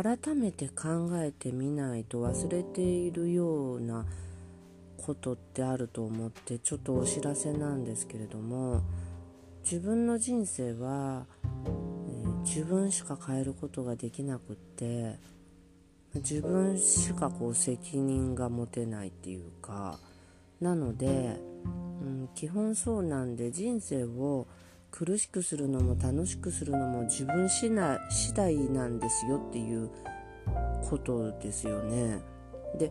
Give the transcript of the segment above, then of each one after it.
改めて考えてみないと忘れているようなことってあると思って、ちょっとお知らせなんですけれども、自分の人生は、自分しか変えることができなくって、自分しか責任が持てないっていうか、なので、基本そうなんで、人生を苦しくするのも楽しくするのも自分次第なんですよっていうことですよね。で、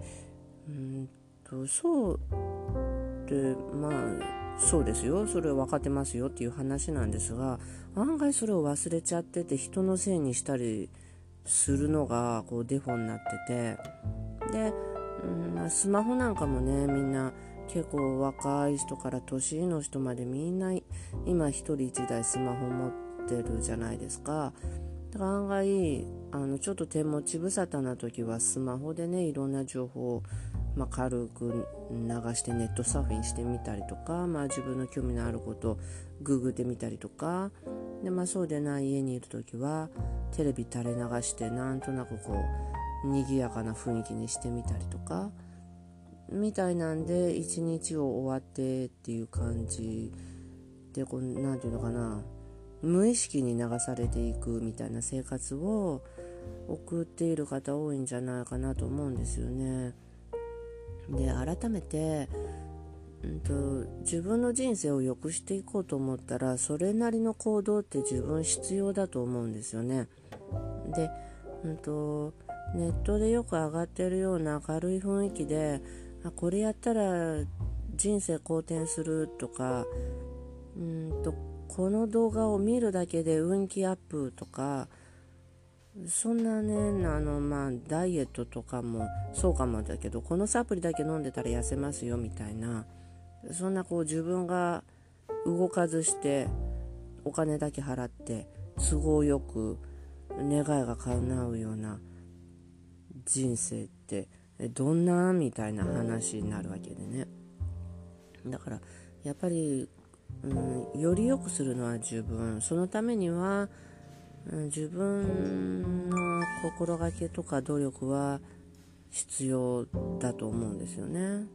そうで、そうですよ、それは分かってますよっていう話なんですが、案外それを忘れちゃってて、人のせいにしたりするのがデフォになってて、で、スマホなんかもね、みんな結構若い人から年の人までみんな今一人一台スマホ持ってるじゃないですか。だから案外ちょっと手持ち無沙汰な時はスマホでね、いろんな情報を、軽く流してネットサーフィンしてみたりとか、自分の興味のあることをググってみたりとかで、そうでない家にいる時はテレビ垂れ流してなんとなく賑やかな雰囲気にしてみたりとかみたいなんで、一日を終わってっていう感じで、なんていうのかな、無意識に流されていくみたいな生活を送っている方多いんじゃないかなと思うんですよね。で、改めて、自分の人生を良くしていこうと思ったら、それなりの行動って自分必要だと思うんですよね。で、ネットでよく上がってるような軽い雰囲気で、これやったら人生好転するとか、この動画を見るだけで運気アップとか、そんなね、ダイエットとかもそうかもだけど、このサプリだけ飲んでたら痩せますよみたいな、そんな自分が動かずしてお金だけ払って都合よく願いが叶うような人生ってどんなみたいな話になるわけでね。だからやっぱり、より良くするのは自分、そのためには、自分の心がけとか努力は必要だと思うんですよね。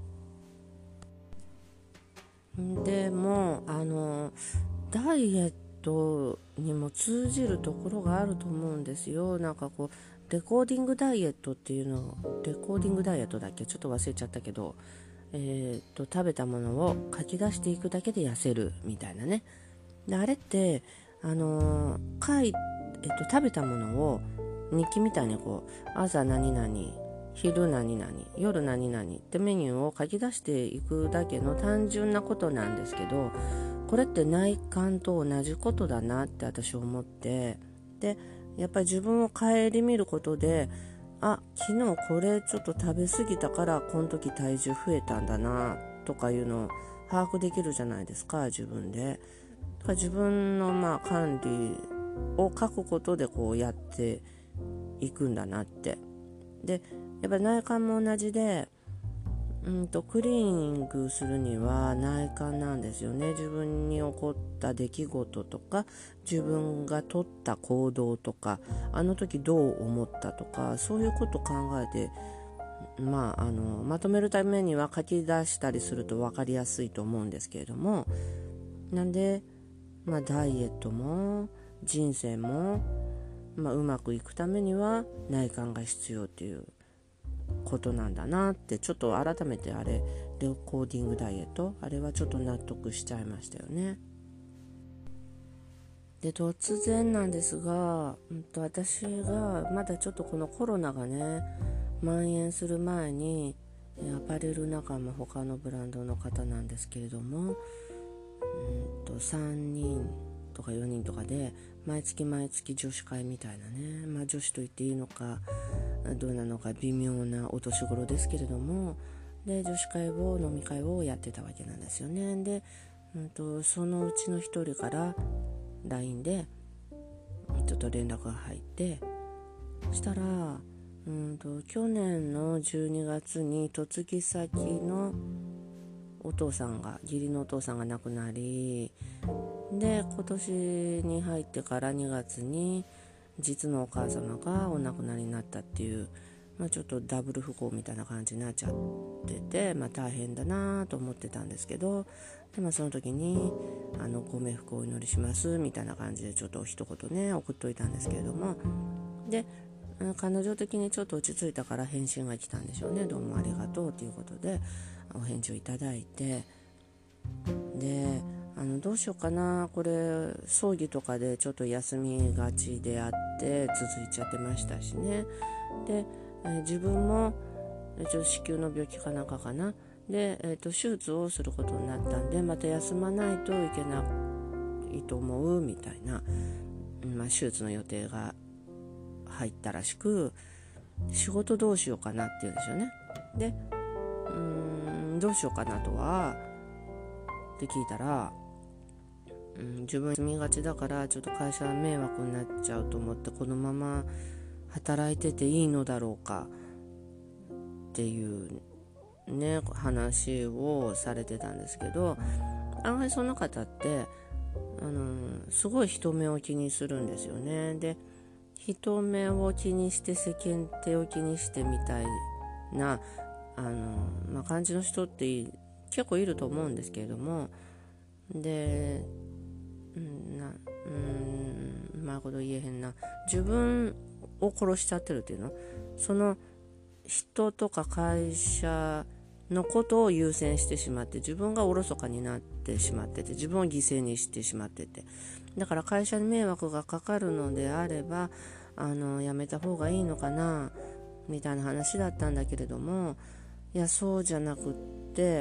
でもダイエットにも通じるところがあると思うんですよ。レコーディングダイエットっていうの、レコーディングダイエットだっけ、ちょっと忘れちゃったけど、食べたものを書き出していくだけで痩せるみたいなね。で、あれって食べたものを日記みたいに朝何々、昼何々、夜何々ってメニューを書き出していくだけの単純なことなんですけど、これって内観と同じことだなって私思って、でやっぱり自分を顧みることで、昨日これちょっと食べ過ぎたからこの時体重増えたんだなとかいうのを把握できるじゃないですか、自分で。だから自分の管理を書くことでやっていくんだなって。でやっぱり内観も同じで、クリーニングするには内観なんですよね。自分に起こった出来事とか、自分が取った行動とか、あの時どう思ったとか、そういうことを考えて、まとめるためには書き出したりすると分かりやすいと思うんですけれども、なんで、ダイエットも人生も、うまくいくためには内観が必要っていうことなんだなって、ちょっと改めてレコーディングダイエット、あれはちょっと納得しちゃいましたよね。で、突然なんですが、私がまだちょっとこのコロナがね蔓延する前に、アパレル仲間他のブランドの方なんですけれども、3人とか4人とかで毎月毎月女子会みたいなね、女子と言っていいのかどうなのか微妙なお年頃ですけれども、で女子会を飲み会をやってたわけなんですよね。で、そのうちの一人から LINE でちょっと連絡が入って、そしたら去年の12月に嫁ぎ先のお父さんが、義理のお父さんが亡くなり、で今年に入ってから2月に、 実のお母様がお亡くなりになったっていう、ちょっとダブル不幸みたいな感じになっちゃってて、大変だなと思ってたんですけど、で、その時にご冥福をお祈りしますみたいな感じでちょっと一言ね送っといたんですけれども、で彼女的にちょっと落ち着いたから返信が来たんでしょうね。どうもありがとうということでお返事をいただいて、でどうしようかな、これ葬儀とかでちょっと休みがちであって続いちゃってましたしね。で、自分もちょっと子宮の病気かなんかかなで、手術をすることになったんで、また休まないといけないと思うみたいな、手術の予定が入ったらしく、仕事どうしようかなって言うんですよね。で、どうしようかなとはって聞いたら、自分休みがちだからちょっと会社迷惑になっちゃうと思って、このまま働いてていいのだろうかっていうね話をされてたんですけど、案外その方ってすごい人目を気にするんですよね。で、人目を気にして世間体を気にしてみたいな感じの人って結構いると思うんですけれども、でうまいこと言えへんな、自分を殺しちゃってるっていうの、その人とか会社のことを優先してしまって、自分がおろそかになってしまってて、自分を犠牲にしてしまってて、だから会社に迷惑がかかるのであればやめた方がいいのかなみたいな話だったんだけれども、いやそうじゃなくって、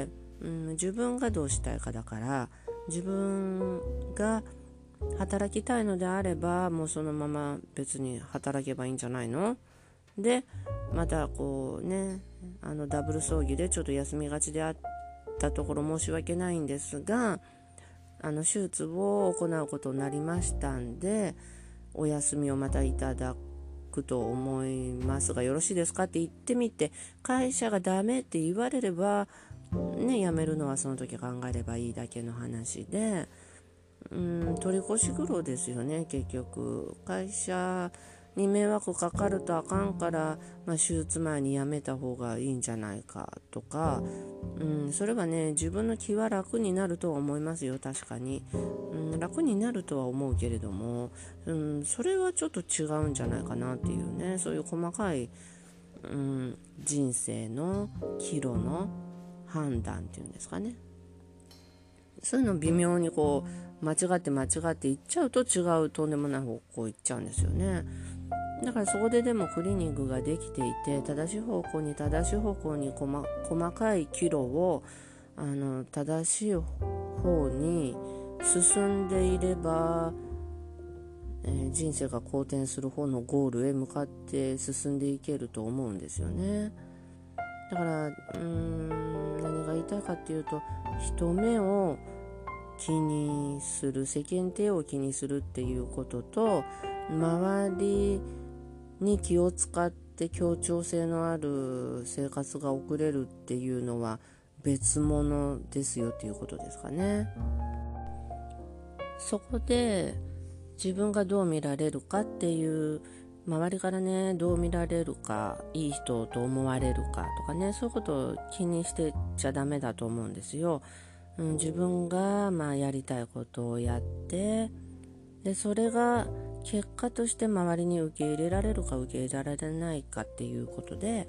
自分がどうしたいかだから、自分が働きたいのであればもうそのまま別に働けばいいんじゃないの。でまたこうねダブル葬儀でちょっと休みがちであったところ申し訳ないんですが、手術を行うことになりましたんでお休みをまたいただくと思いますがよろしいですかって言ってみて、会社がダメって言われればね、辞めるのはその時考えればいいだけの話で、取り越し苦労ですよね。結局会社に迷惑かかるとあかんから、手術前に辞めた方がいいんじゃないかとか、それはね自分の気は楽になるとは思いますよ。確かに、楽になるとは思うけれども、それはちょっと違うんじゃないかなっていうね、そういう細かい、人生の岐路の判断っていうんですかね、そういうの微妙にこう間違っていっちゃうと違うとんでもない方向行っちゃうんですよね。だからそこででもクリーニングができていて、正しい方向に細かい岐路を正しい方に進んでいれば、人生が好転する方のゴールへ向かって進んでいけると思うんですよね。だから何が言いたいかっていうと、人目を気にする、世間体を気にするっていうことと、周りに気を使って協調性のある生活が送れるっていうのは別物ですよっていうことですかね。そこで自分がどう見られるかっていう、周りからねどう見られるか、いい人と思われるかとかね、そういうことを気にしてちゃダメだと思うんですよ。自分がやりたいことをやって、でそれが結果として周りに受け入れられるか受け入れられないかっていうことで、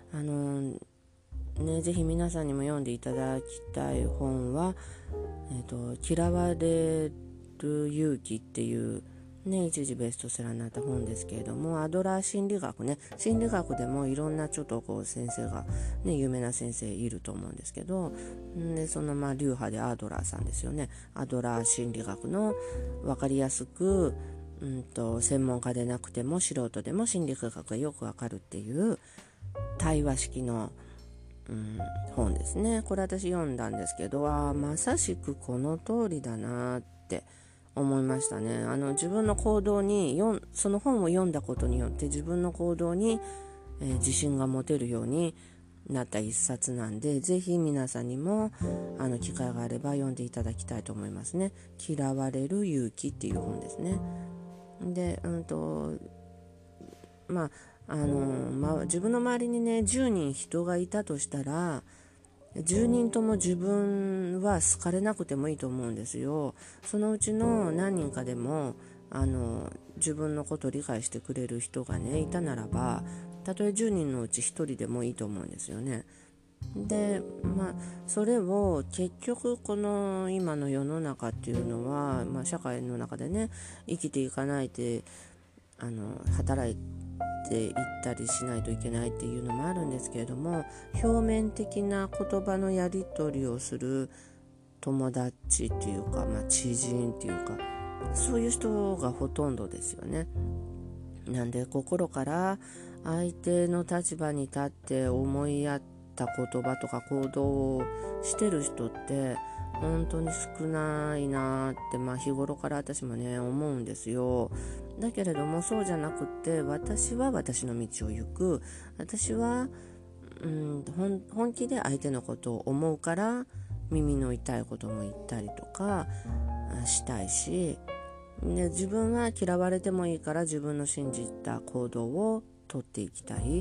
ぜひ皆さんにも読んでいただきたい本は、嫌われる勇気っていう一時ベストセラーになった本ですけれども、アドラー心理学ね、心理学でもいろんなちょっとこう先生が有名な先生いると思うんですけど、でその流派でアドラーさんですよね。アドラー心理学の分かりやすく、専門家でなくても素人でも心理学がよくわかるっていう対話式の、本ですね。これ私読んだんですけど、まさしくこの通りだなって思いましたね。自分の行動にその本を読んだことによって自分の行動に、自信が持てるようになった一冊なんで、ぜひ皆さんにも機会があれば読んでいただきたいと思いますね。嫌われる勇気っていう本ですね。で、 自分の周りにね10人人がいたとしたら、10人とも自分は好かれなくてもいいと思うんですよ。そのうちの何人かでも自分のことを理解してくれる人がねいたならば、たとえ10人のうち1人でもいいと思うんですよね。でそれを結局この今の世の中っていうのは、社会の中でね生きていかないで働いていったりしないといけないっていうのもあるんですけれども、表面的な言葉のやり取りをする友達っていうか、知人っていうか、そういう人がほとんどですよね。なんで心から相手の立場に立って思いやった言葉とか行動をしてる人って本当に少ないなって、日頃から私もね思うんですよ。だけれどもそうじゃなくって、私は私の道を行く、私は、本気で相手のことを思うから耳の痛いことも言ったりとかしたいし、で自分は嫌われてもいいから自分の信じた行動をとっていきたい。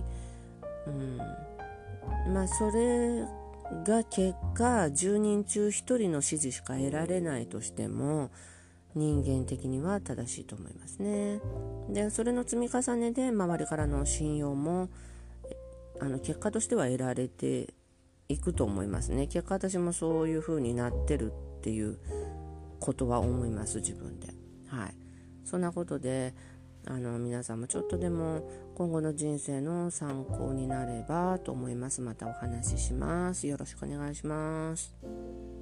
それが結果10人中1人の支持しか得られないとしても、人間的には正しいと思いますね。でそれの積み重ねで周りからの信用も結果としては得られていくと思いますね。結果私もそういう風になってるっていうことは思います、自分で。そんなことで皆さんもちょっとでも今後の人生の参考になればと思います。またお話しします。よろしくお願いします。